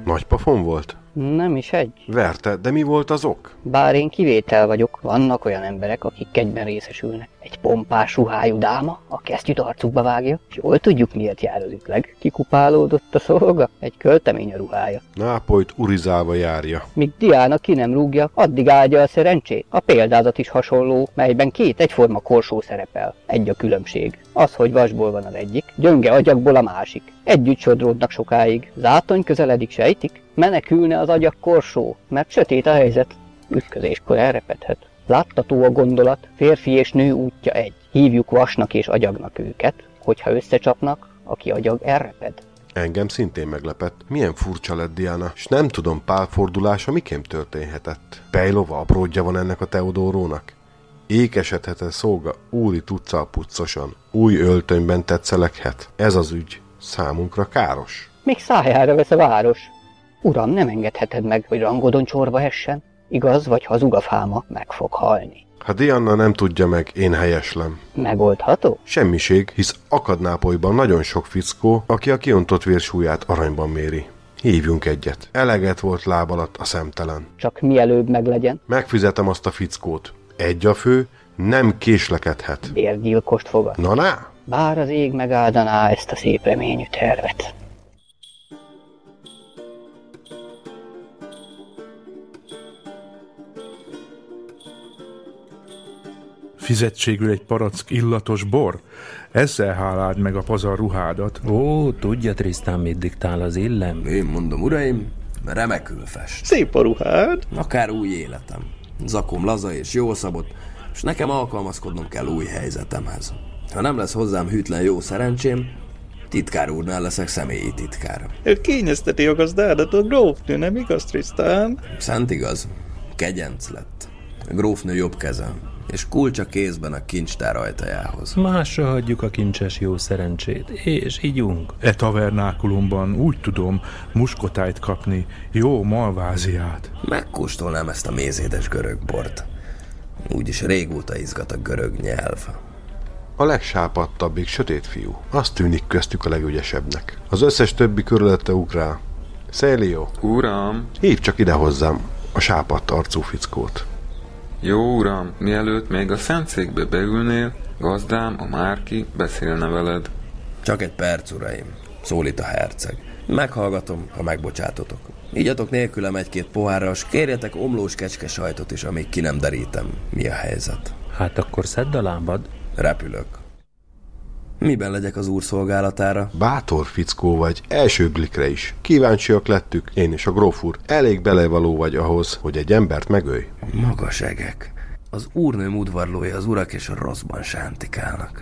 Nagypofon volt? Nem is egy. Verte, de mi volt az ok? Bár én kivétel vagyok, vannak olyan emberek, akik kegyben részesülnek. Egy pompás ruhájú dáma a kesztyűt arcukba vágja, és jól tudjuk, miért jár az ütleg. Kikupálódott a szolga, egy költemény a ruhája. Nápolyt urizálva járja. Míg Diana ki nem rúgja, addig áldja a szerencsét. A példázat is hasonló, melyben két egyforma korsó szerepel. Egy a különbség. Az, hogy vasból van az egyik, gyönge agyagból a másik. Együtt sodródnak sokáig. Zátony közeledik, sejtik? Menekülne az agyak korsó, mert sötét a helyzet. Ütközéskor elrepedhet. Láttató a gondolat, férfi és nő útja egy. Hívjuk vasnak és agyagnak őket, hogyha összecsapnak, aki agyag elreped. Engem szintén meglepett. Milyen furcsa lett Diana, és nem tudom, pálfordulása miként történhetett. Pejlova apródja van ennek a Teodorónak. Ékesedhet-e szolga úri tuccal puccosan, új öltönyben tetszeleghet. Ez az ügy számunkra káros. Még szájára vesz a város. Uram, nem engedheted meg, hogy rangodon csorba essen. Igaz vagy hazug a fáma, meg fog halni. Ha Diana nem tudja meg, én helyeslem. Megoldható? Semmiség, hisz akad Nápolyban nagyon sok fickó, aki a kiontott vérsúlyát aranyban méri. Hívjunk egyet. Eleget volt láb alatt a szemtelen. Csak mielőbb meglegyen. Megfizetem azt a fickót. Egy a fő, nem késlekedhet. Bérgyilkost fogad. Na? Bár az ég megáldaná ezt a szép reményű tervet. Fizetségül egy palack illatos bor? Ezzel háláld meg a pazar ruhádat. Ó, tudja Tristan, mit diktál az illem? Én mondom, uraim, remekül fest. Szép a ruhád. Akár új életem. Zakom laza és jól szabott, és nekem alkalmazkodnom kell új helyzetemhez. Ha nem lesz hozzám hűtlen jó szerencsém, titkár úrnál leszek személyi titkár. Ő kényezteti a gazdádat a grófnő, nem igaz, Tristan? Szent igaz, kegyenc lett. A grófnő jobb keze, és kulcs a kézben a kincstár ajtajához. Másra hagyjuk a kincses jó szerencsét, és ígyunk. E tavernákulumban úgy tudom muskotájt kapni, jó malváziát. Megkóstolnám ezt a mézédes görög bort. Úgyis régóta izgat a görög nyelv. A legsápadtabbik sötét fiú. Azt tűnik köztük a legügyesebbnek. Az összes többi körülötte ugrál. Célio! Uram! Hívd csak ide hozzám a sápadt arcú fickót. Jó, uram, mielőtt még a szentszékbe beülnél, gazdám, a Márki beszélne veled. Csak egy perc, uraim, szólít a herceg. Meghallgatom, ha megbocsátotok. Ígyatok nélkülem egy-két pohárra, s kérjetek omlós kecske sajtot is, amíg ki nem derítem, mi a helyzet. Hát akkor szedd a lábad. Repülök. Miben legyek az úr szolgálatára? Bátor fickó vagy, első blikre is. Kíváncsiak lettük, én és a gróf úr. Elég belevaló vagy ahhoz, hogy egy embert megölj. Magas egek. Az úrnőm udvarlója az urak és a rosszban sántikálnak.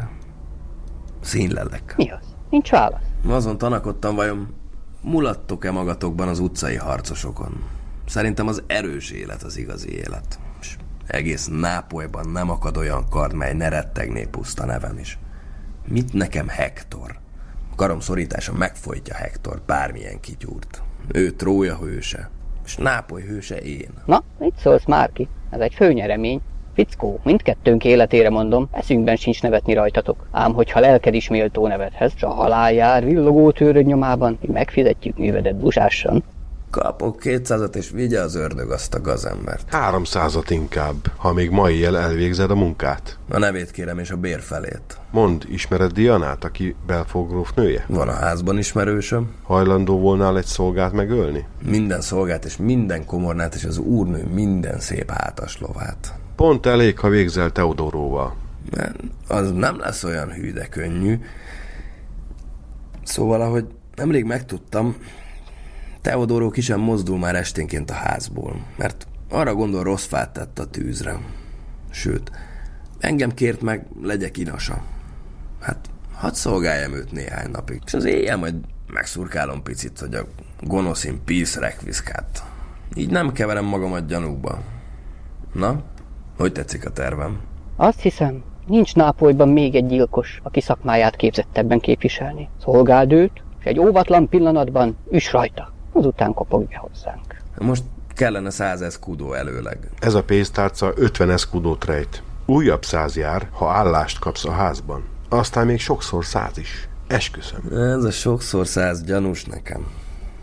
Színlelek. Mi az? Nincs válasz. Azon tanakodtam, vajon mulattok-e magatokban az utcai harcosokon? Szerintem az erős élet az igazi élet. És egész Nápolyban nem akad olyan kard, mely ne rettegné puszta nevem is. Mit nekem Hektor? Karom szorítása megfojtja Hektor, bármilyen kigyúrt. Ő Trója hőse, és Nápoly hőse én. Na, mit szólsz, Márki? Ez egy főnyeremény. Fickó, mindkettőnk életére mondom, eszünkben sincs nevetni rajtatok. Ám hogyha lelked is méltó nevethez, s a halál jár villogó tőröd nyomában, mi megfizetjük művedet busássan. Kapok 200-at, és vigye az ördög azt a gazembert. 300-at inkább, ha még ma éjjel elvégzed a munkát. A nevét kérem, és a bér felét. Mondd, ismered Dianát, aki Belfort gróf nője? Van a házban ismerősöm. Hajlandó volnál egy szolgát megölni? Minden szolgát és minden komornát, és az úrnő minden szép hátas lovát. Pont elég, ha végzel Teodoróval. Az nem lesz olyan hű, de könnyű. Szóval, ahogy nemrég megtudtam, Teodoró ki sem mozdul már esténként a házból, mert arra gondol, rossz fát tett a tűzre. Sőt, engem kért meg, legyek inasa. Hát, hadd szolgáljam őt néhány napig, és az éjjel majd megszurkálom picit, hogy a gonoszin peace rekviszkát. Így nem keverem magamat gyanúba. Na, hogy tetszik a tervem? Azt hiszem, nincs Nápolyban még egy gyilkos, aki szakmáját képzettebben képviselni. Szolgáld őt, és egy óvatlan pillanatban üss rajta. Azután kopogj be hozzánk. Most kellene 100 eszkudó előleg. Ez a pénztárca 50 eszkudót rejt. Újabb 100 jár, ha állást kapsz a házban. Aztán még sokszor 100 is. Esküszöm. Ez a sokszor 100 gyanús nekem.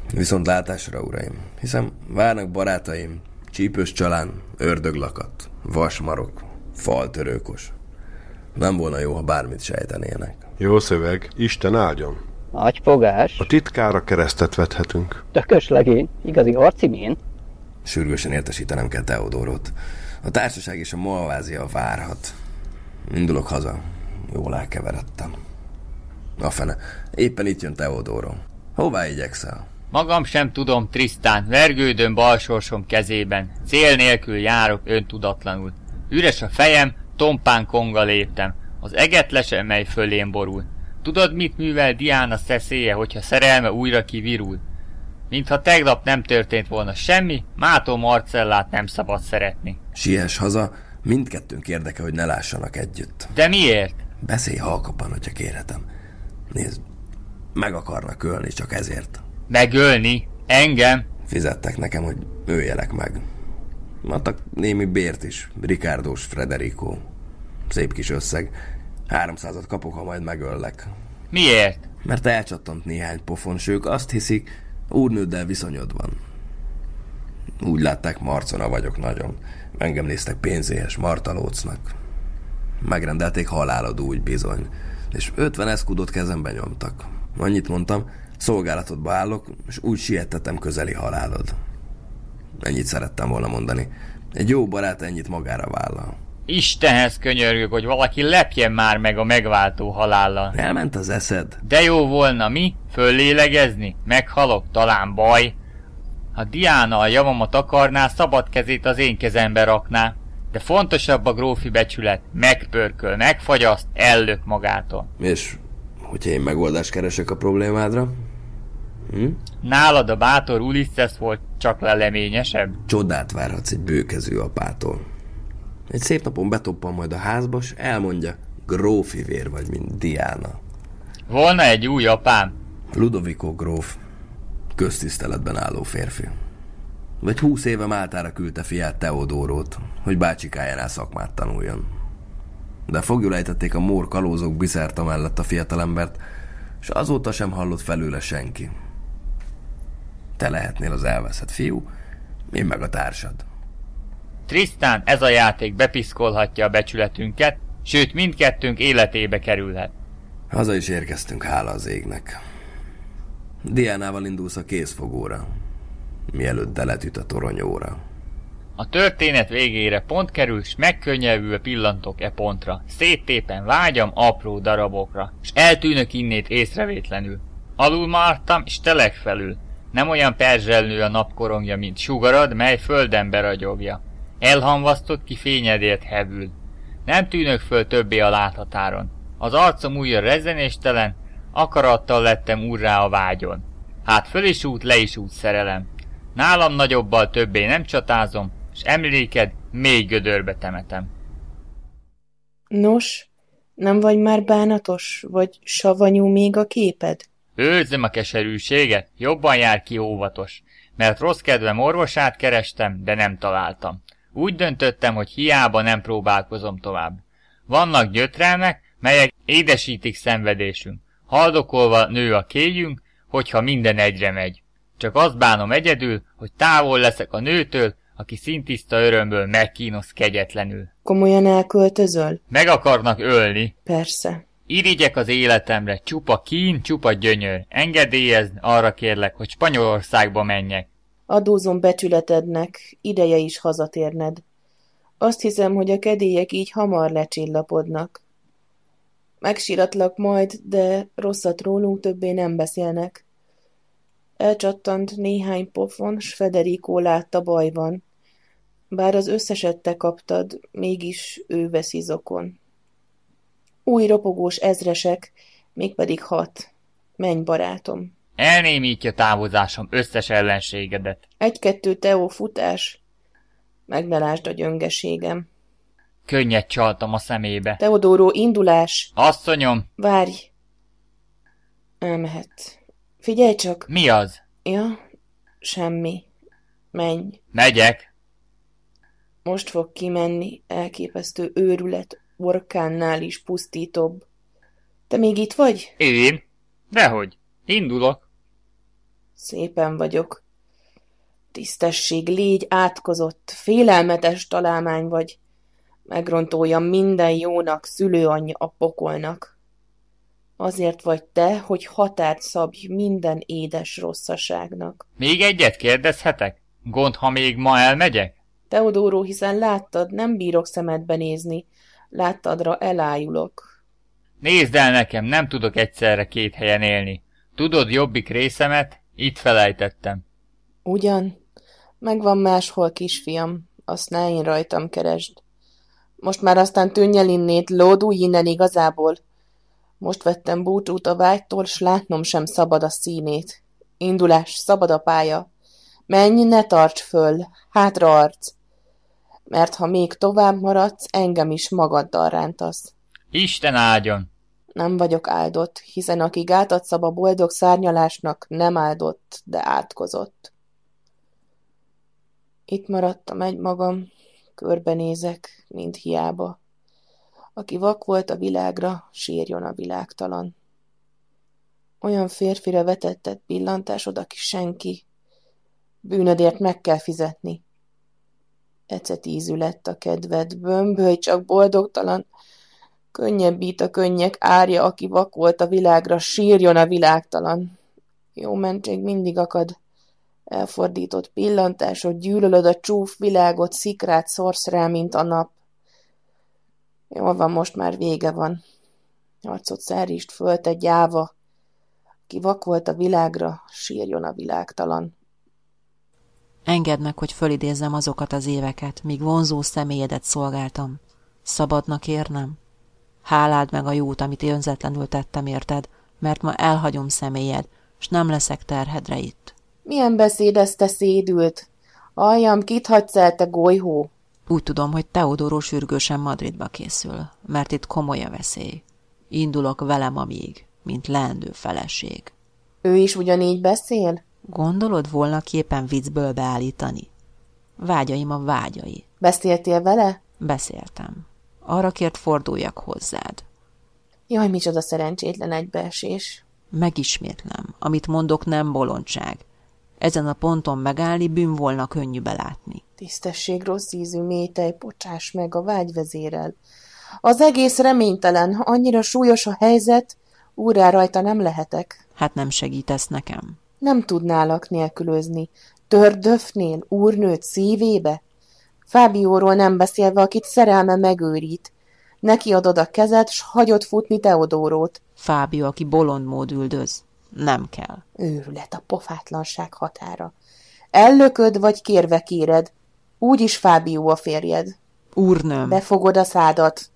Viszont látásra, uraim, hiszen várnak barátaim, csípős csalán, ördöglakat, vasmarok, faltörőkos. Nem volna jó, ha bármit sejtenének. Jó szöveg, Isten áldjon. Nagy fogás. A titkára keresztet vethetünk. Tökös legény. Igazi arcimén. Sürgősen értesítenem kell Teodorót. A társaság és a Malvázia várhat. Indulok haza. Jól elkeveredtem. A fene, éppen itt jön Teodoro. Hová igyekszel? Magam sem tudom, Tristan, vergődöm balsorsom kezében. Cél nélkül járok öntudatlanul. Üres a fejem, tompán konga léptem. Az egetlese, mely fölém borul. Tudod, mit művel Diana szeszélye, hogyha szerelme újra kivirul? Mintha tegnap nem történt volna semmi, mától Marcellát nem szabad szeretni. Siess haza, mindkettőnk érdeke, hogy ne lássanak együtt. De miért? Beszélj halkabban, hogyha kérhetem. Nézd, meg akarnak ölni csak ezért. Megölni? Engem? Fizettek nekem, hogy öljelek meg. Adtak némi bért is, Ricardos Frederico. Szép kis összeg. 300-at kapok, ha majd megöllek. Miért? Mert elcsattant néhány pofon, s ők azt hiszik, úrnőddel viszonyod van. Úgy látták, marcona vagyok nagyon. Engem néztek pénzéhes martalócnak. Megrendelték halálod úgy bizony, és 50 eszkudot kezembe nyomtak. Annyit mondtam, szolgálatodba állok, és úgy siettetem közeli halálod. Ennyit szerettem volna mondani. Egy jó barát ennyit magára vállal. Istenhez könyörgök, hogy valaki lepjen már meg a megváltó halállal. Elment az eszed? De jó volna, mi? Föllélegezni? Meghalok? Talán baj? Ha Diana a javamat akarná, szabad kezét az én kezembe rakná. De fontosabb a grófi becsület. Megpörköl, megfagyaszt, ellök magától. És hogyha én megoldást keresek a problémádra? Nálad a bátor Ulysses volt, csak leleményesebb? Csodát várhatsz egy bőkezű apától. Egy szép napon betoppan majd a házba, s elmondja, grófi vér vagy, mint Diana. Volna egy új apám? Ludovico gróf, köztiszteletben álló férfi. Vagy 20 éve Máltára küldte fiát Teodorót, hogy bácsikájánál szakmát tanuljon. De foglyul ejtették a mór kalózók Biszerta mellett a fiatalembert, és azóta sem hallott felőle senki. Te lehetnél az elveszett fiú, én meg a társad. Tristan, ez a játék bepiszkolhatja a becsületünket, sőt mindkettőnk életébe kerülhet. Haza is érkeztünk, hála az égnek. Diánával indulsz a kézfogóra, mielőtt deletüt a toronyóra. A történet végére pont kerül, s megkönnyelvülve pillantok e pontra. Széttépen vágyam apró darabokra, s eltűnök innét észrevétlenül. Alul martam, s telek felül. Nem olyan perzselnő a napkorongja, mint sugarad, mely földen beragyogja. Elhamvasztott ki fényedért hevül. Nem tűnök föl többé a láthatáron. Az arcom újra rezzenéstelen, akarattal lettem úrrá a vágyon. Hát föl is út, le is út szerelem. Nálam nagyobbal többé nem csatázom, s emléked még gödörbe temetem. Nos, nem vagy már bánatos, vagy savanyú még a képed? Őrzöm a keserűséget, jobban jár ki óvatos, mert rossz kedvem orvosát kerestem, de nem találtam. Úgy döntöttem, hogy hiába nem próbálkozom tovább. Vannak gyötrelmek, melyek édesítik szenvedésünk. Haldokolva nő a kéjünk, hogyha minden egyre megy. Csak azt bánom egyedül, hogy távol leszek a nőtől, aki szintiszta örömből megkínosz kegyetlenül. Komolyan elköltözöl? Meg akarnak ölni. Persze. Irigyek az életemre, csupa kín, csupa gyönyör. Engedélyezd, arra kérlek, hogy Spanyolországba menjek. Adózom becsületednek, ideje is hazatérned. Azt hiszem, hogy a kedélyek így hamar lecsillapodnak. Megsíratlak majd, de rosszat rólunk többé nem beszélnek. Elcsattant néhány pofon, s Federico látta, baj van. Bár az összeset te kaptad, mégis ő veszi zokon. Új ropogós ezresek, mégpedig 6. Menj, barátom. Elnémítja távozásom összes ellenségedet. 1-2 Teó futás, meg ne lásd a gyöngeségem. Könnyet csaltam a szemébe. Teodoro, indulás! Asszonyom! Várj! Elmehet. Figyelj csak! Mi az? Ja, semmi. Menj. Megyek. Most fog kimenni, elképesztő őrület, orkánnál is pusztítóbb. Te még itt vagy? Én? Dehogy. Indulok. Szépen vagyok. Tisztesség, légy átkozott, félelmetes találmány vagy. Megrontója minden jónak, szülőanyja a pokolnak. Azért vagy te, hogy határt szabj minden édes rosszaságnak. Még egyet kérdezhetek? Gond, ha még ma elmegyek? Teodóró, hiszen láttad, nem bírok szemedbe nézni. Láttadra elájulok. Nézd el nekem, nem tudok egyszerre két helyen élni. Tudod jobbik részemet? Itt felejtettem. Ugyan? Megvan máshol, kisfiam. Azt ne én rajtam keresd. Most már aztán tűnj el innét, lódulj innen igazából. Most vettem búcsút a vágytól, s látnom sem szabad a színét. Indulás, szabad a pálya. Menj, ne tarts föl, hátra arc. Mert ha még tovább maradsz, engem is magaddal rántasz. Isten áldjon! Nem vagyok áldott, hiszen aki gátat szab a boldog szárnyalásnak, nem áldott, de átkozott. Itt maradtam egymagam, körbenézek, mind hiába. Aki vak volt a világra, sírjon a világtalan. Olyan férfira vetetted pillantásod, aki senki. Bűnödért meg kell fizetni. Ecet ízű lett a kedved, bömbölj csak boldogtalan. Könnyebbít a könnyek árja, aki vak volt a világra, sírjon a világtalan. Jó mentség mindig akad. Elfordított pillantásod, gyűlölöd a csúf világot, szikrát szorsz rá, mint a nap. Jól van, most már vége van. Arcot szárítsd föl, te gyáva. Aki vak volt a világra, sírjon a világtalan. Engedd meg, hogy fölidézzem azokat az éveket, míg vonzó személyedet szolgáltam. Szabadnak érnem? Háláld meg a jót, amit önzetlenül tettem érted, mert ma elhagyom személyed, s nem leszek terhedre itt. Milyen beszéd ez, te szédült? Aljam, kit hagysz el, te golyhó? Úgy tudom, hogy Teodóró sürgősen Madridba készül, mert itt komoly a veszély. Indulok velem amíg, mint leendő feleség. Ő is ugyanígy beszél? Gondolod volna képen viccből beállítani? Vágyaim a vágyai. Beszéltél vele? Beszéltem. Arra kért, forduljak hozzád. Jaj, micsoda szerencsétlen egybeesés. Megismétlem, amit mondok, nem bolondság. Ezen a ponton megállni bűn volna könnyű belátni. Tisztesség, rossz ízű métej, bocsáss meg a vágyvezérel. Az egész reménytelen, annyira súlyos a helyzet, úrrá rajta nem lehetek. Hát nem segítesz nekem? Nem tudnálak nélkülözni. Tördöfnél, úrnőt szívébe? Fábióról nem beszélve, akit szerelme megőrít. Neki adod a kezed, s hagyod futni Teodórót. Fábio, aki bolondmód üldöz. Nem kell. Őrület, a pofátlanság határa. Ellököd, vagy kérve kéred. Úgyis Fábio a férjed. Úrnőm! Befogod a szádat.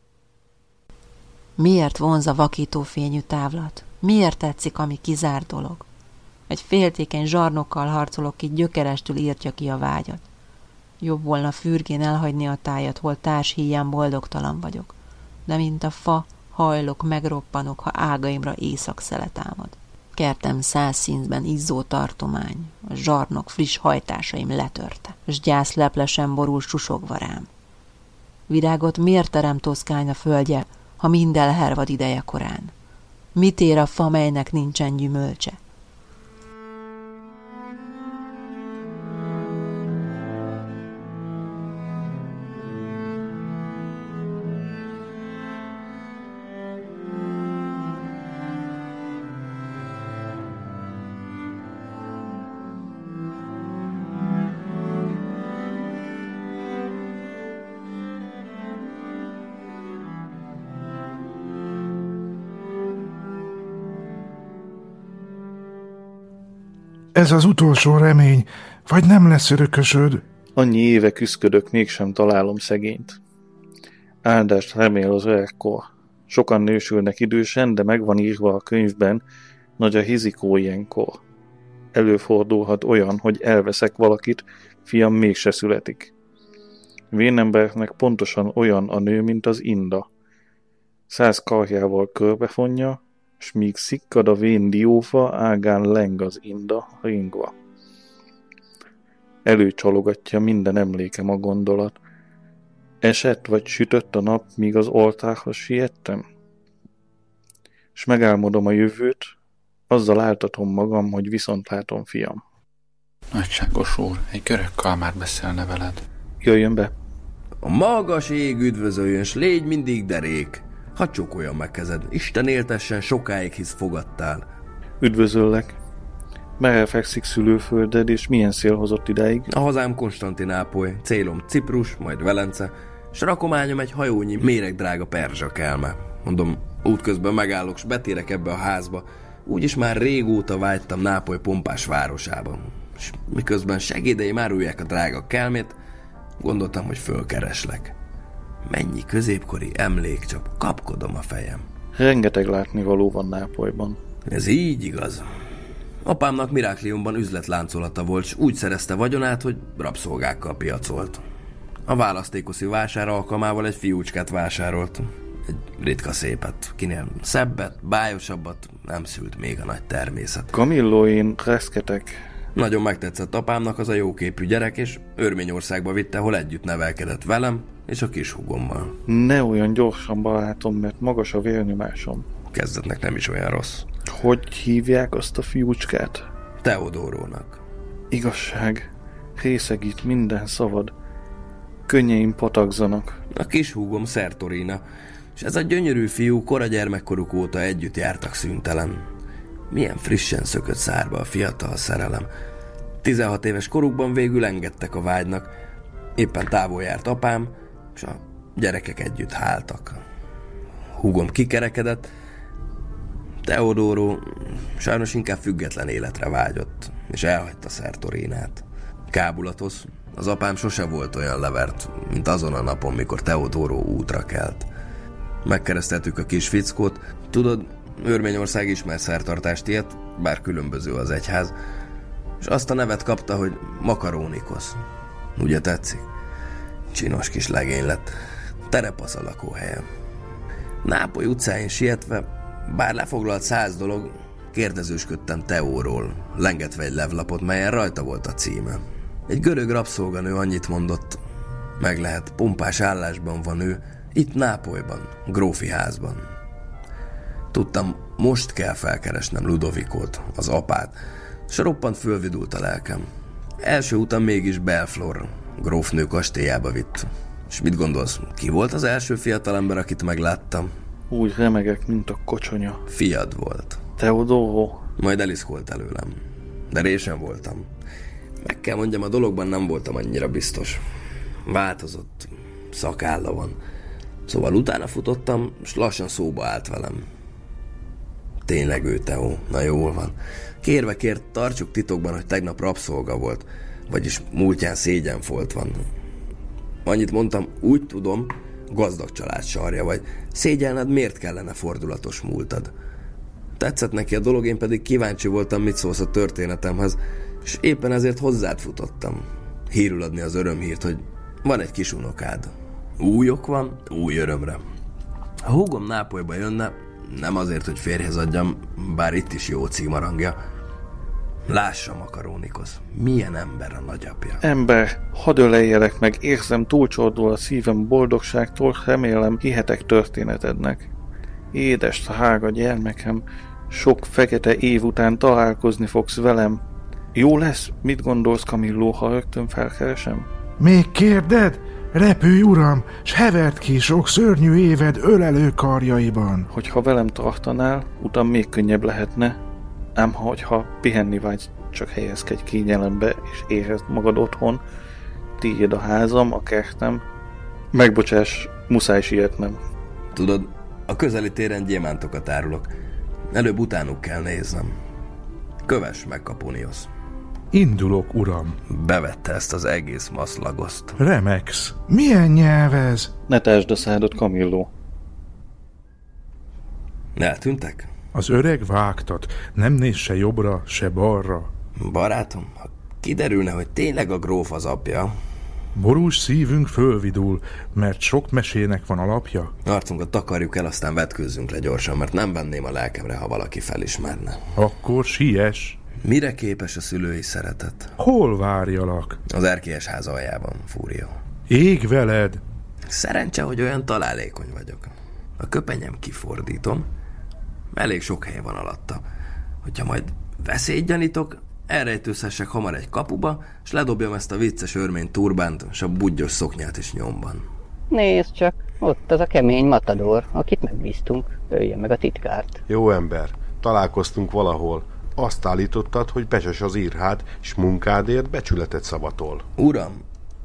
Miért vonz a vakító fényű távlat? Miért tetszik, ami kizárt dolog? Egy féltékeny zsarnokkal harcolok, ki gyökerestül írtja ki a vágyat. Jobb volna fürgén elhagyni a tájat, hol társ híján boldogtalan vagyok. De mint a fa, hajlok, megroppanok, ha ágaimra éjszakszele támad. Kertem 100 színben izzó tartomány, a zsarnok friss hajtásaim letörte, s gyász leplesen borul susogva rám. Virágot miért terem Toszkánya földje, ha mind elhervad ideje korán? Mit ér a fa, melynek nincsen gyümölcse? Ez az utolsó remény, vagy nem lesz örökösöd? Annyi éve küszködök, mégsem találom szegényt. Áldást remél az öregkor. Sokan nősülnek idősen, de megvan írva a könyvben, nagy a hizikó ilyenkor. Előfordulhat olyan, hogy elveszek valakit, fiam mégse születik. Vénembernek pontosan olyan a nő, mint az inda. 100 karjával körbefonja, s míg szikkad a vén diófa, ágán leng az inda ringva. Előcsalogatja minden emlékem a gondolat. Esett vagy sütött a nap, míg az oltárhoz siettem? S megálmodom a jövőt, Azzal áltatom magam, hogy viszont látom, fiam. Nagyságos úr, egy görög kalmár beszélne veled. Jöjjön be. A magas ég üdvözöljön, s légy mindig derék. Hadd csókoljon meg kezed, Isten éltessen sokáig, hisz fogadtál. Üdvözöllek. Merre fekszik szülőfölded, és milyen szél hozott idáig? A hazám Konstantinápoly, célom Ciprus, majd Velence, s rakományom egy hajónyi méregdrága perzsa kelme. Mondom, útközben megállok, s betérek ebbe a házba. Úgyis már régóta vágytam Nápoly pompás városába. És miközben segédeim árulják a drága kelmét, gondoltam, hogy fölkereslek. Mennyi középkori emlék, csak kapkodom a fejem. Rengeteg látnivaló van Nápolyban. Ez így igaz. Apámnak Mirákliumban üzletláncolata volt, s úgy szerezte vagyonát, hogy rabszolgákkal piacolt. A választékoszi vásár alkalmával egy fiúcskát vásárolt. Egy ritka szépet, kinél szebbet, bájosabbat nem szült még a nagy természet. Camillo, én reszketek. Nagyon megtetszett apámnak az a jóképű gyerek, és Örményországba vitte, hol együtt nevelkedett velem és a kis húgommal. Ne olyan gyorsan barátom, mert magas a vérnyomásom. Kezdetnek nem is olyan rossz. Hogy hívják azt a fiúcskát? Teodórónak. Igazság. Részegít minden szavad. Könnyeim patakzanak. A kis húgom Szertorina, és ez a gyönyörű fiú kora gyermekkoruk óta együtt jártak szüntelen. Milyen frissen szökött szárba a fiatal szerelem. 16 éves korukban végül engedtek a vágynak. Éppen távol járt apám, és a gyerekek együtt háltak. Húgom kikerekedett, Teodóró sajnos inkább független életre vágyott, és elhagyta Szertorinát. Kábulatos, az apám sose volt olyan levert, mint azon a napon, mikor Teodóró útra kelt. Megkereszteltük a kis fickót. Tudod, Örményország ismer szertartást ilyet, bár különböző az egyház, és azt a nevet kapta, hogy Makarónikos. Ugye tetszik? Csinos kis legény lett. Terepasz a lakóhelye. Nápoly utcáin sietve, bár lefoglalt 100 dolog, kérdezősködtem Teóról, lengetve egy levlapot, melyen rajta volt a címe. Egy görög rabszolganő annyit mondott, meg lehet, pompás állásban van ő, itt Nápolyban, grófi házban. Tudtam, most kell felkeresnem Ludovikót, az apát, s roppant fölvidult a lelkem. Első utam mégis Belflor, grófnő kastélyába vitt. És mit gondolsz, ki volt az első fiatalember, akit megláttam? Úgy remegek, mint a kocsonya. Fiad volt. Teodóró. Majd eliszkolt előlem. De résen voltam. Meg kell mondjam, a dologban nem voltam annyira biztos. Változott, szakálla van. Szóval utána futottam, és lassan szóba állt velem. Tényleg ő, Teó, na jól van. Kérve kért, tartsuk titokban, hogy tegnap rabszolga volt, vagyis múltján szégyenfolt van. Annyit mondtam, úgy tudom, gazdag család sarja vagy. Szégyelned, miért kellene fordulatos múltad? Tetszett neki a dolog, én pedig kíváncsi voltam, mit szólsz a történetemhez, és éppen ezért hozzád futottam. Hírül adni az örömhírt, hogy van egy kis unokád. Új ok van, új örömre. Ha húgom Nápolyba jönne, nem azért, hogy férjhez adjam, bár itt is jó címarangja. Lássa, Makarónikos, milyen ember a nagyapja. Ember, hadd öleljelek meg, érzem, túlcsordul a szívem boldogságtól, remélem, hihetek történetednek. Édes, drága gyermekem, sok fekete év után találkozni fogsz velem. Jó lesz? Mit gondolsz, Camillo, ha rögtön felkeresem? Még kérded? Repülj, uram, s hevert ki sok szörnyű éved ölelő karjaiban. Hogyha velem tartanál, utam még könnyebb lehetne, ám hogyha pihenni vágysz, csak helyezkedj kényelembe, és érezd magad otthon, tiéd a házam, a kertem. Megbocsáss, muszáj sietnem. Tudod, a közeli téren gyémántokat árulok. Előbb utánuk kell néznem. Kövess meg, Kaponios. Indulok, uram. Bevette ezt az egész maszlagoszt. Remegsz. Milyen nyelv ez? Ne tásd a szádat, Camillo. Eltűntek? Az öreg vágtat. Nem néz se jobbra, se balra. Barátom, ha kiderülne, hogy tényleg a gróf az apja... Borús szívünk fölvidul, mert sok mesének van alapja. Arcunkat takarjuk el, aztán vetkőzzünk le gyorsan, mert nem venném a lelkemre, ha valaki felismerne. Akkor siess. Mire képes a szülői szeretet? Hol várjalak? Az erkélyes ház aljában, Fúrió. Ég veled! Szerencse, hogy olyan találékony vagyok. A köpenyem kifordítom, elég sok hely van alatta. Hogyha majd veszélyt gyanítok, elrejtőzhessek hamar egy kapuba, és ledobjam ezt a vicces örmény turbánt, és a budgyos szoknyát is nyomban. Nézd csak, ott az a kemény matador, akit megbíztunk. Ölje meg a titkárt. Jó ember, találkoztunk valahol. Azt állítottad, hogy becses az írhád, és munkádért becsületet szavatol. Uram,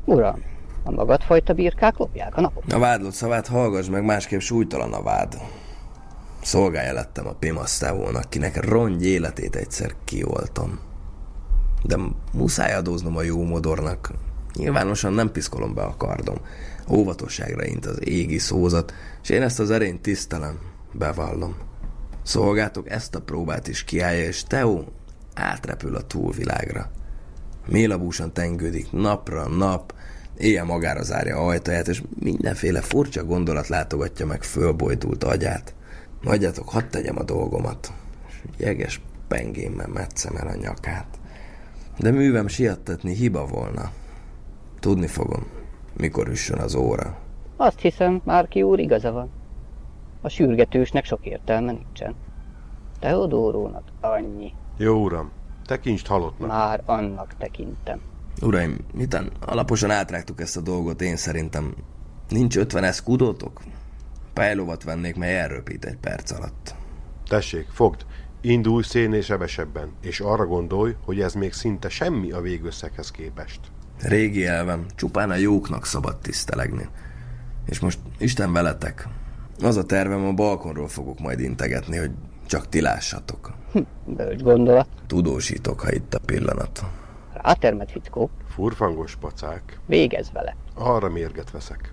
a magadfajta birkák lopják a napot. A vádlott szavát hallgass meg, másképp súlytalan a vád. Szolgája lettem a Pimasztávónak, akinek rongy életét egyszer kioltom. De muszáj adóznom a jó modornak. Nyilvánosan nem piszkolom be a kardom. Óvatosságra int az égi szózat, és én ezt az erényt tisztelem, bevallom. Szolgátok ezt a próbát is kiállja, és Teó átrepül a túlvilágra. Mélabúsan tengődik napra nap, éjjel magára zárja ajtaját, és mindenféle furcsa gondolat látogatja meg fölbojdult agyát. Hagyjatok, hadd tegyem a dolgomat, és jeges pengémmel metszem el a nyakát. De művem siettetni hiba volna. Tudni fogom, mikor üssön az óra. Azt hiszem, Márki úr igaza van. A sürgetősnek sok értelme nincsen. Teodorónak annyi. Jó uram, tekintsd halottnak. Már annak tekintem. Uraim, miután alaposan átrágtuk ezt a dolgot, én szerintem nincs 50 eszkudótok? Pályalovat vennék, mely elröpít egy perc alatt. Tessék, fogd, indulj szélnél sebesebben, és arra gondolj, hogy ez még szinte semmi a végösszeghez képest. Régi elvem, csupán a jóknak szabad tisztelegni. És most Isten veletek. Az a tervem, a balkonról fogok majd integetni, hogy csak ti lássatok. Bölcs gondolat. Tudósítok, ha itt a pillanat. Rátermed, fickó. Furfangos pacák. Végezz vele. Arra mérget veszek.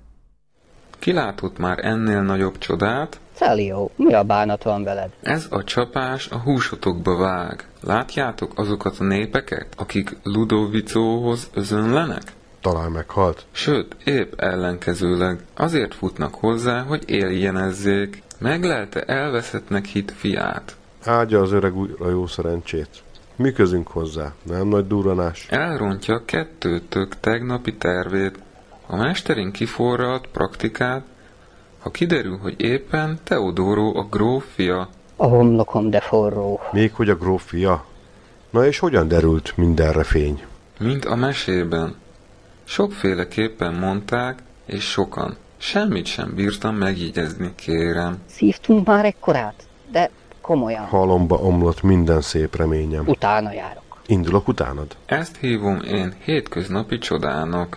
Ki látott már ennél nagyobb csodát? Celio, mi a bánat van veled? Ez a csapás a húsotokba vág. Látjátok azokat a népeket, akik Ludovicóhoz özönlenek? Talán meghalt. Sőt, épp ellenkezőleg. Azért futnak hozzá, hogy éljenezzék. Meglelte elveszettnek hit fiát. Áldja az öreg újra jó szerencsét. Mi közünk hozzá? Nem nagy durranás? Elrontja kettőtök tegnapi tervét, a mesterén kiforralt praktikát, ha kiderül, hogy éppen Teodoro a gróf fia. A homlokom de forró. Még hogy a gróf fia? Na és hogyan derült mindenre fény? Mint a mesében. Sokféleképpen mondták, és sokan. Semmit sem bírtam megjegyezni, kérem. Szívtunk már ekkorát, de komolyan. Halomba omlott minden szép reményem. Utána járok. Indulok utánad? Ezt hívom én hétköznapi csodának.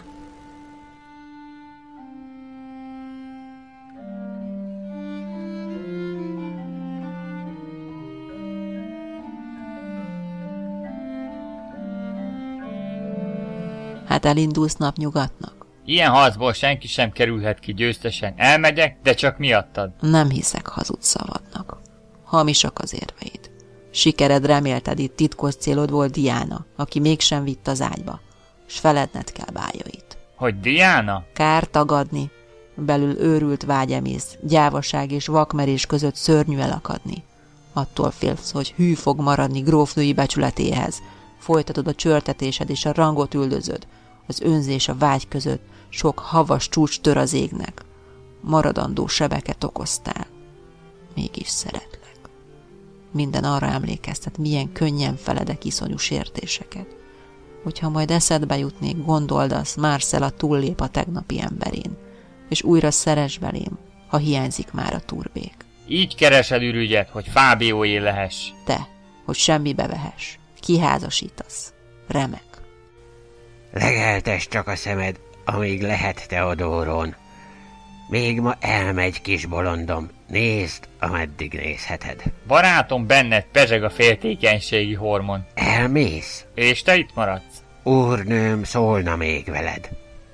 Hát elindulsz napnyugatnak? Ilyen harcból senki sem kerülhet ki győztesen. Elmegyek, de csak miattad. Nem hiszek hazud szavadnak. Hamisak az érveid. Sikered remélted, itt titkos célod volt Diana, aki mégsem vitt az ágyba, s feledned kell bájait. Hogy Diana? Kár tagadni. Belül őrült vágyemész, gyávaság és vakmerés között szörnyű elakadni. Attól félsz, hogy hű fog maradni grófnői becsületéhez. Folytatod a csörtetésed és a rangot üldözöd. Az önzés a vágy között sok havas csúcs tör az égnek. Maradandó sebeket okoztál. Mégis szeretlek. Minden arra emlékeztet, milyen könnyen feledek iszonyú sértéseket. Hogyha majd eszedbe jutnék, gondold azt, Marcella túllép a tegnapi emberén, és újra szeress belém, ha hiányzik már a turbék. Így keresed ürügyet, hogy Fábióé lehess. Te, hogy semmibe vehess. Kiházasítasz. Remek. Legeltess csak a szemed, amíg lehet, Teodoron. Még ma elmegy, kis bolondom. Nézd, ameddig nézheted. Barátom, benned pezseg a féltékenységi hormon. Elmész? És te itt maradsz? Úrnőm szólna még veled.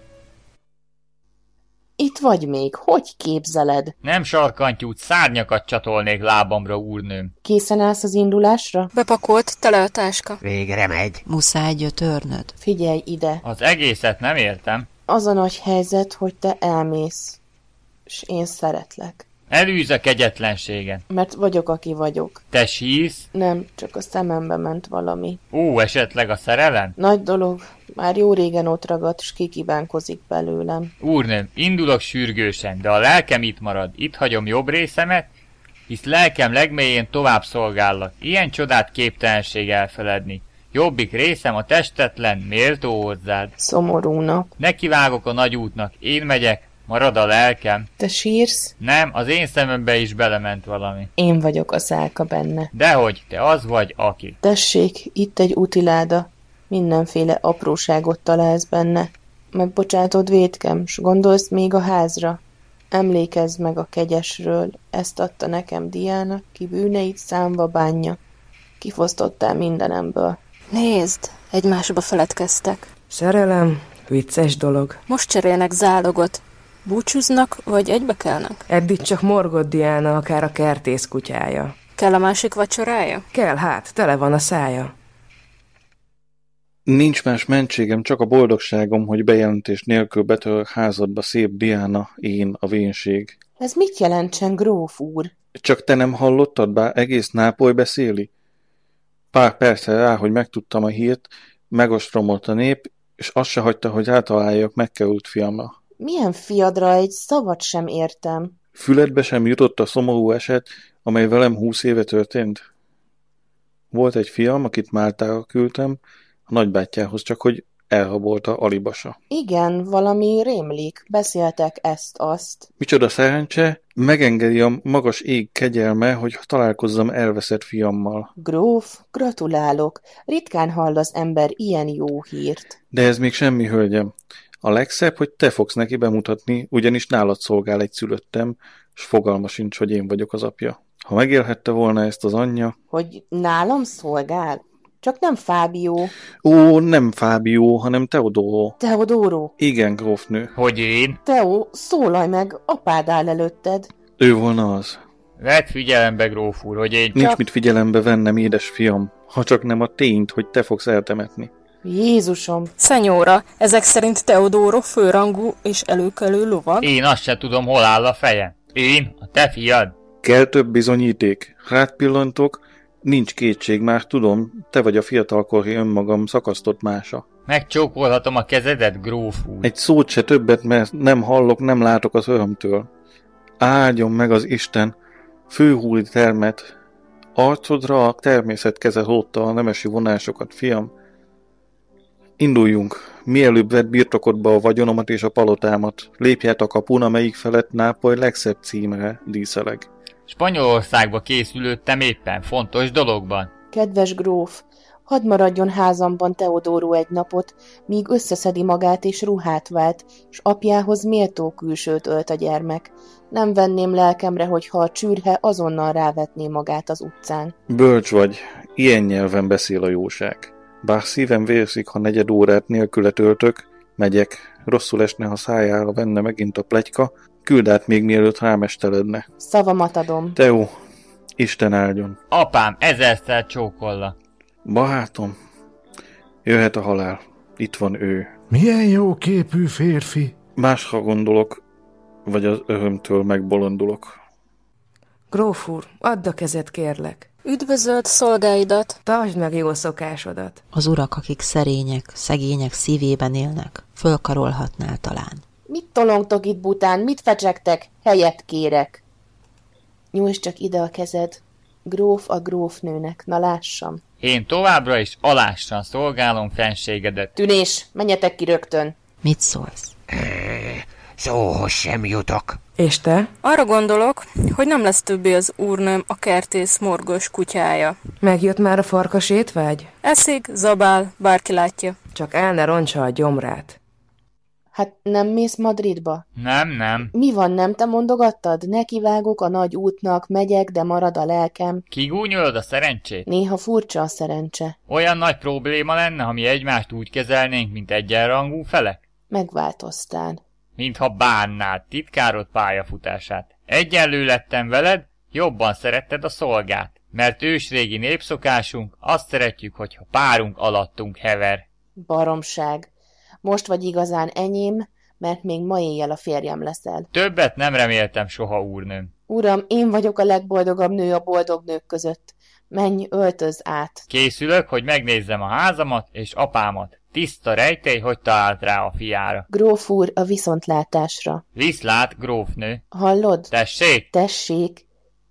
Itt vagy még, hogy képzeled? Nem sarkantyút, szárnyakat csatolnék lábamra, úrnőm. Készen állsz az indulásra? Bepakolt, tele a táska. Végre megy. Muszáj gyötörnöd. Figyelj ide. Az egészet nem értem. Az a nagy helyzet, hogy te elmész. S én szeretlek. Elűz a kegyetlenségen. Mert vagyok, aki vagyok. Te sírsz? Nem, csak a szemembe ment valami. Esetleg a szerelem? Nagy dolog. Már jó régen ott ragadt, s kikívánkozik belőlem. Úrnőm, indulok sürgősen, de a lelkem itt marad. Itt hagyom jobb részemet, hisz lelkem legmélyén tovább szolgállak. Ilyen csodát képtelenség elfeledni. Jobbik részem a testetlen, méltó hozzád. Szomorú nap. Nekivágok a nagy útnak, én megyek, marad a lelkem. Te sírsz? Nem, az én szemembe is belement valami. Én vagyok a szálka benne. Dehogy, te az vagy, aki. Tessék, itt egy útiláda. Mindenféle apróságot találsz benne. Megbocsátod vétkem, s gondolsz még a házra? Emlékezz meg a kegyesről, ezt adta nekem Diana, ki bűneit számva bánja. Kifosztottál mindenemből. Nézd, egymásba feledkeztek. Szerelem, vicces dolog. Most cserélnek zálogot. Búcsúznak, vagy egybekelnek? Eddig csak morgott Diana, akár a kertész kutyája. Kell a másik vacsorája? Kell, hát, tele van a szája. Nincs más mentségem, csak a boldogságom, hogy bejelentés nélkül betörök házadba szép Diana, én, a vénség. Ez mit jelentsen, gróf úr? Csak te nem hallottad, bár egész Nápoly beszéli? Pár percre rá, hogy megtudtam a hírt, megostromott a nép, és azt se hagyta, hogy rátaláljak megkerült fiamra. Milyen fiadra, egy szavat sem értem. Füledbe sem jutott a szomorú eset, amely velem 20 éve történt? Volt egy fiam, akit Máltára küldtem, a nagybátyjához, csak hogy elrabolta Alibasa. Igen, valami rémlik. Beszéltek ezt-azt. Micsoda szerencse, megengedi a magas ég kegyelme, hogy találkozzam elveszett fiammal. Gróf, gratulálok. Ritkán hall az ember ilyen jó hírt. De ez még semmi, hölgyem. A legszebb, hogy te fogsz neki bemutatni, ugyanis nálad szolgál egy szülöttem, s fogalma sincs, hogy én vagyok az apja. Ha megélhette volna ezt az anyja... Hogy nálam szolgál? Csak nem Fábió. Ó, nem Fábió, hanem Teodoro. Teodoro? Igen, grófnő. Hogy én? Teó, szólalj meg, apád áll előtted. Ő volna az. Vedd figyelembe, gróf úr, hogy én csak... Nincs mit figyelembe vennem, édes fiam, ha csak nem a tényt, hogy te fogsz eltemetni. Jézusom! Szenyóra, ezek szerint Teodoro főrangú és előkelő lovag? Én azt se tudom, hol áll a fejem. Én, a te fiad. Kell több bizonyíték. Rád pillantok, nincs kétség, már tudom, te vagy a fiatalkori önmagam szakasztott mása. Megcsókolhatom a kezedet, gróf úr. Egy szót se többet, mert nem hallok, nem látok az örömtől. Áldjon meg az Isten, főhúli termet. Arcodra a természet keze hódta a nemesi vonásokat, fiam. Induljunk, mielőbb vedd birtokodba a vagyonomat és a palotámat. Lépj át a kapun, amelyik felett Nápoly legszebb címre díszeleg. Spanyolországba készülődtem éppen fontos dologban. Kedves gróf, hadd maradjon házamban Teodoro egy napot, míg összeszedi magát és ruhát vált, s apjához méltó külsőt ölt a gyermek. Nem venném lelkemre, hogyha a csürhe azonnal rávetné magát az utcán. Bölcs vagy, ilyen nyelven beszél a jóság. Bár szívem vérszik, ha 4 órát nélküle töltök, megyek, rosszul esne, ha szájára venne megint a pletyka, küld át még mielőtt rámesteledne. Szavamat adom. Teó, Isten áldjon. Apám, ezerszer csókolla. Barátom, jöhet a halál. Itt van ő. Milyen jó képű férfi. Másra gondolok, vagy az örömtől megbolondulok. Gróf úr, add a kezed, kérlek. Üdvözöld szolgáidat. Tartsd meg jó szokásodat. Az urak, akik szerények, szegények szívében élnek, fölkarolhatnál talán. Mit tolongtok itt bután? Mit fecsegtek? Helyet kérek. Nyújtsd csak ide a kezed. Gróf a grófnőnek, na lássam. Én továbbra is alássan szolgálom fenségedet. Tűnés, menjetek ki rögtön. Mit szólsz? Szóhoz sem jutok. És te? Arra gondolok, hogy nem lesz többé az úrnőm a kertész morgos kutyája. Megjött már a farkas étvágy? Eszik, zabál, bárki látja. Csak el ne roncsa a gyomrát. Hát nem mész Madridba? Nem. Mi van, nem te mondogattad? Nekivágok a nagy útnak, megyek, de marad a lelkem. Kigúnyolod a szerencsét? Néha furcsa a szerencse. Olyan nagy probléma lenne, ha mi egymást úgy kezelnénk, mint egyenrangú felek? Megváltoztál. Mintha bánnád titkárod pályafutását. Egyenlő lettem veled, jobban szeretted a szolgát. Mert ősrégi népszokásunk, azt szeretjük, hogyha párunk alattunk hever. Baromság. Most vagy igazán enyém, mert még ma éjjel a férjem leszel. Többet nem reméltem soha, úrnőm. Uram, én vagyok a legboldogabb nő a boldog nők között. Menj, öltöz át. Készülök, hogy megnézzem a házamat és apámat. Tiszta rejtély, hogy talált rá a fiára. Gróf úr, a viszontlátásra. Viszlát, grófnő. Hallod? Tessék? Tessék.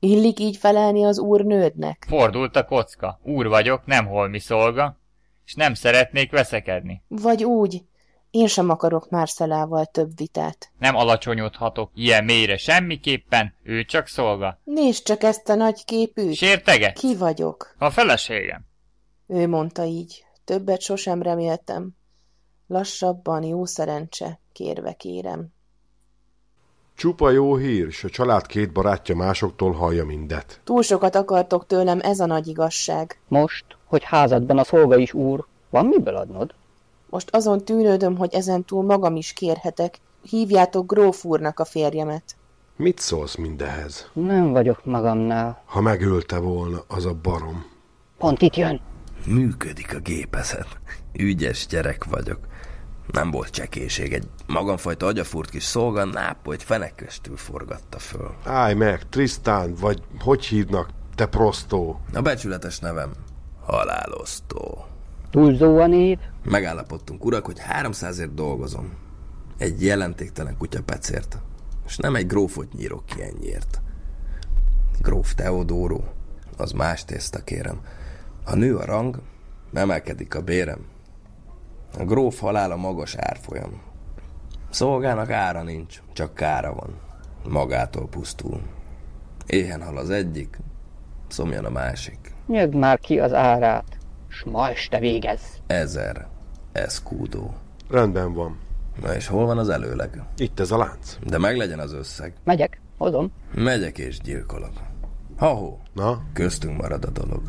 Illik így felelni az úrnődnek? Fordult a kocka. Úr vagyok, nem holmi szolga, és nem szeretnék veszekedni. Vagy úgy, én sem akarok Marcelával több vitát. Nem alacsonyodhatok ilyen mélyre semmiképpen, ő csak szolga. Nézd csak ezt a nagy képűt. Sérteget? Ki vagyok? A feleségem. Ő mondta így. Többet sosem reméltem. Lassabban jó szerencse, kérve kérem. Csupa jó hír, s a család két barátja másoktól hallja mindet. Túl sokat akartok tőlem, ez a nagy igazság. Most, hogy házadban a szolga is úr, van miből adnod? Most azon tűnődöm, hogy ezentúl magam is kérhetek. Hívjátok gróf úrnak a férjemet. Mit szólsz mindehez? Nem vagyok magamnál. Ha megölte volna az a barom. Pont itt jön. Működik a gépezet. Ügyes gyerek vagyok. Nem volt csekéség. Egy magamfajta agyafúrt kis szolga Nápolyt fenekköstül forgatta föl. Állj meg, Tristan, vagy hogy hívnak, te prostó? A becsületes nevem Halálosztó. Túlzó a név? Megállapodtunk, urak, hogy 300-ért dolgozom. Egy jelentéktelen kutyapecért. És nem egy grófot nyírok ki ennyiért. Gróf Teodoro, az más tészta, kérem. Ha nő a rang, emelkedik a bérem. A gróf halála magas árfolyam. Szolgának ára nincs, csak kára van. Magától pusztul. Éhen hal az egyik, szomjan a másik. Nyögd már ki az árát, s ma este végezz. 1000 eszkúdó. Rendben van. Na és hol van az előleg? Itt ez a lánc. De meglegyen az összeg. Megyek, hozom. Megyek és gyilkolok. Ha-hó. Na? Köztünk marad a dolog.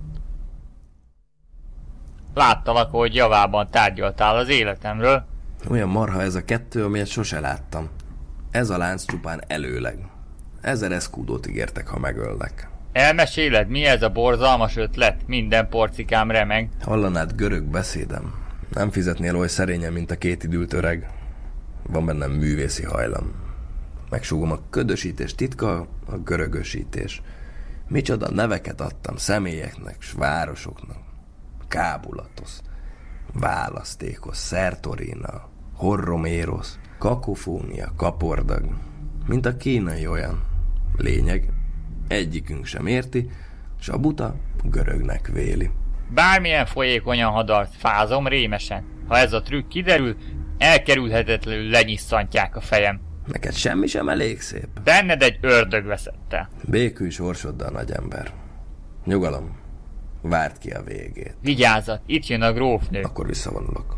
Láttalak, hogy javában tárgyaltál az életemről. Olyan marha ez a kettő, amilyet sose láttam. Ez a lánc csupán előleg. 1000 eszkúdót ígértek, ha megöllek. Elmeséled, mi ez a borzalmas ötlet? Minden porcikám remeg. Hallanád görög beszédem. Nem fizetnél oly szerényen, mint a két idült öreg. Van bennem művészi hajlam. Megsúgom a ködösítés titka, a görögösítés. Micsoda neveket adtam személyeknek, s városoknak. Kábulatosz, választékos, Szertorina, Horromérosz, kakofónia, kapordag, mint a kínai olyan. Lényeg, egyikünk sem érti, s a buta görögnek véli. Bármilyen folyékonyan hadarsz, fázom rémesen. Ha ez a trükk kiderül, elkerülhetetlenül lenyisszantják a fejem. Neked semmi sem elég szép? Benned egy ördög veszett el. Békülj sorsoddal, nagyember. Nyugalom. Várd ki a végét. Vigyázzat, itt jön a grófnő. Akkor visszavonulok.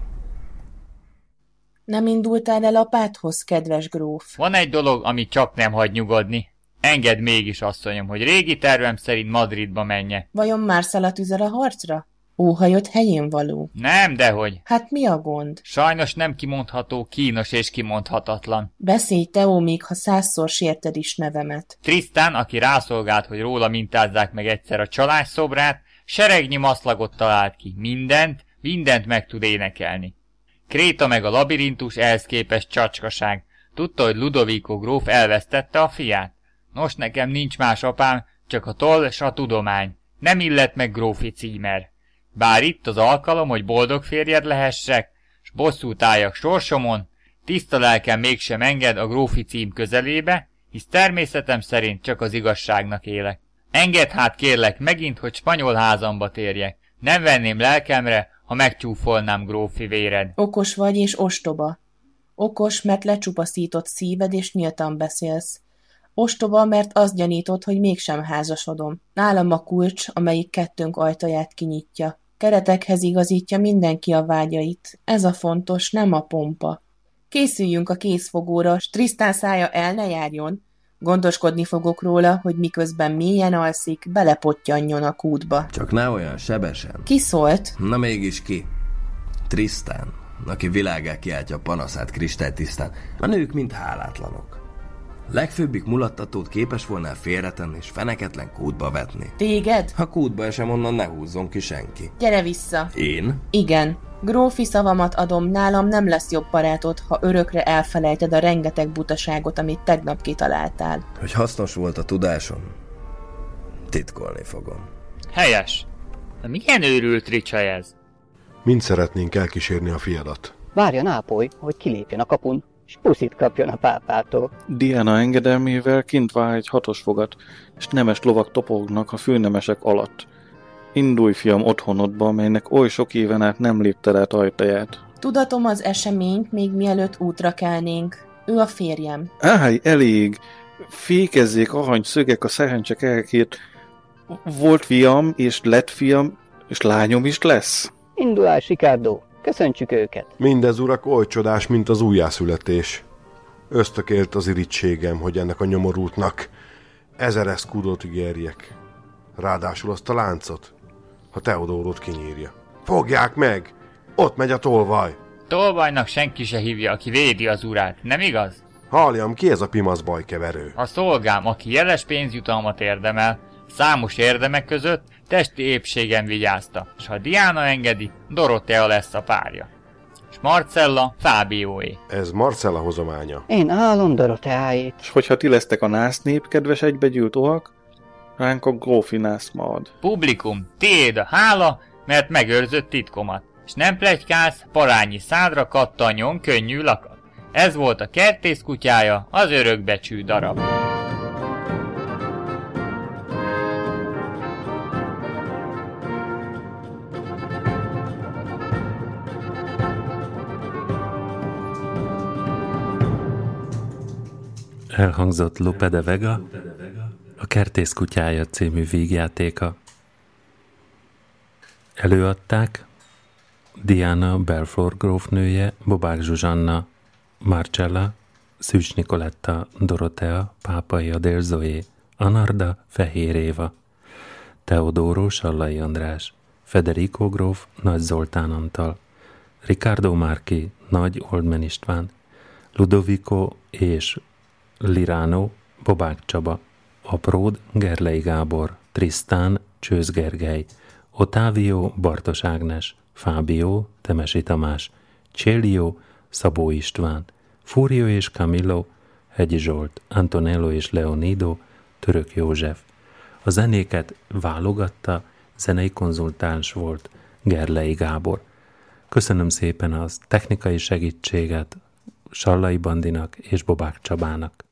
Nem indultál el apádhoz, kedves gróf? Van egy dolog, ami csak nem hagy nyugodni. Engedd mégis, asszonyom, hogy régi tervem szerint Madridba menjek. Vajon Marcella tüzel a harcra? Óhajott helyén való? Nem, dehogy. Hát mi a gond? Sajnos nem kimondható, kínos és kimondhatatlan. Beszélj, Teó, még ha 100-szor sérted is nevemet. Tristan, aki rászolgált, hogy róla mintázzák meg egyszer a csalás szobrát, seregnyi maszlagot talált ki. Mindent meg tud énekelni. Kréta meg a labirintus ehhez képest csacskaság. Tudta, hogy Ludovico gróf elvesztette a fiát. Nos, nekem nincs más apám, csak a toll és a tudomány. Nem illet meg grófi címer. Bár itt az alkalom, hogy boldog férjed lehessek, s bosszút álljak sorsomon, tiszta lelkem mégsem enged a grófi cím közelébe, hisz természetem szerint csak az igazságnak élek. Engedd hát kérlek megint, hogy spanyol házamba térjek. Nem venném lelkemre, ha megcsúfolnám grófi véred. Okos vagy és ostoba. Okos, mert lecsupaszított szíved és nyíltan beszélsz. Ostoba, mert azt gyanítod, hogy mégsem házasodom. Nálam a kulcs, amelyik kettőnk ajtaját kinyitja. Keretekhez igazítja mindenki a vágyait. Ez a fontos, nem a pompa. Készüljünk a készfogóra, s Tristan szája el ne járjon. Gondoskodni fogok róla, hogy miközben mélyen alszik, belepottyanjon a kútba. Csak ne olyan sebesen. Ki szólt? Na mégis ki? Tristan, aki világá kiáltja a panaszát kristálytisztán. A nők mind hálátlanok. Legfőbbik mulattatót képes volna félretenni és feneketlen kútba vetni. Téged? Ha kútba esem, onnan ne húzzon ki senki. Gyere vissza. Én? Igen. Grófi szavamat adom, nálam nem lesz jobb barátod, ha örökre elfelejted a rengeteg butaságot, amit tegnap kitaláltál. Hogy hasznos volt a tudásom, titkolni fogom. Helyes. De milyen őrült ricsa ez? Mind szeretnénk elkísérni a fiadat. Várja Nápoly, hogy kilépjen a kapun. és puszit kapjon a pápától. Diana engedelmével kint vár egy 6-os fogat, és nemes lovak topognak a főnemesek alatt. Indulj, fiam, otthonodba, melynek oly sok éven át nem lépted át ajtaját. Tudatom az eseményt, még mielőtt útra kelnénk. Ő a férjem. Állj, elég! Fékezzék arany szögek a szerencse kerekét. Volt fiam, és lett fiam, és lányom is lesz. Indulás, Ricardo! Köszöntsük őket! Mindez, urak, oly csodás, mint az újjászületés. Ösztökélt az irítségem, hogy ennek a nyomorultnak 1000 eszkúdót ígérjek. Ráadásul azt a láncot, ha Teodorót kinyírja. Fogják meg! Ott megy a tolvaj! Tolvajnak senki se hívja, aki védi az urát, nem igaz? Halljam, ki ez a pimasz bajkeverő? A szolgám, aki jeles pénzjutalmat érdemel, számos érdemek között testi épségen vigyázta, és ha Diana engedi, Dorothea lesz a párja. És Marcella Fábióé. Ez Marcella hozománya. Én állom Dorotheáét. És hogyha ti lesztek a násznép, kedves egybegyűlt ohak, ránk a grófinász marad. Publikum, tiéd a hála, mert megőrzött titkomat, és nem pletykálsz, parányi szádra kattanjon könnyű lakat. Ez volt a kertész kutyája, az örökbecsű darab. Elhangzott Lope de Vega, a Kertész kutyája című vígjátéka. Előadták Diana Belflor grófnője, Bobák Zsuzsanna, Marcella, Szűcs Nikoletta, Dorothea, Pápai Adél Zoé, Anarda, Fehér Éva, Teodoro, Sallai András, Federico gróf, Nagy Zoltán Antal, Ricardo Márki, Nagy Oldman István, Ludovico és Lirano, Bobák Csaba, Apród, Gerlei Gábor, Trisztán, Csőz Gergely, Otávio, Bartos Ágnes, Fábio, Temesi Tamás, Célio, Szabó István, Fúrio és Camillo, Hegyi Zsolt, Antonello és Leonido, Török József. A zenéket válogatta, zenei konzultáns volt Gerlei Gábor. Köszönöm szépen az technikai segítséget Sallai Bandinak és Bobák Csabának.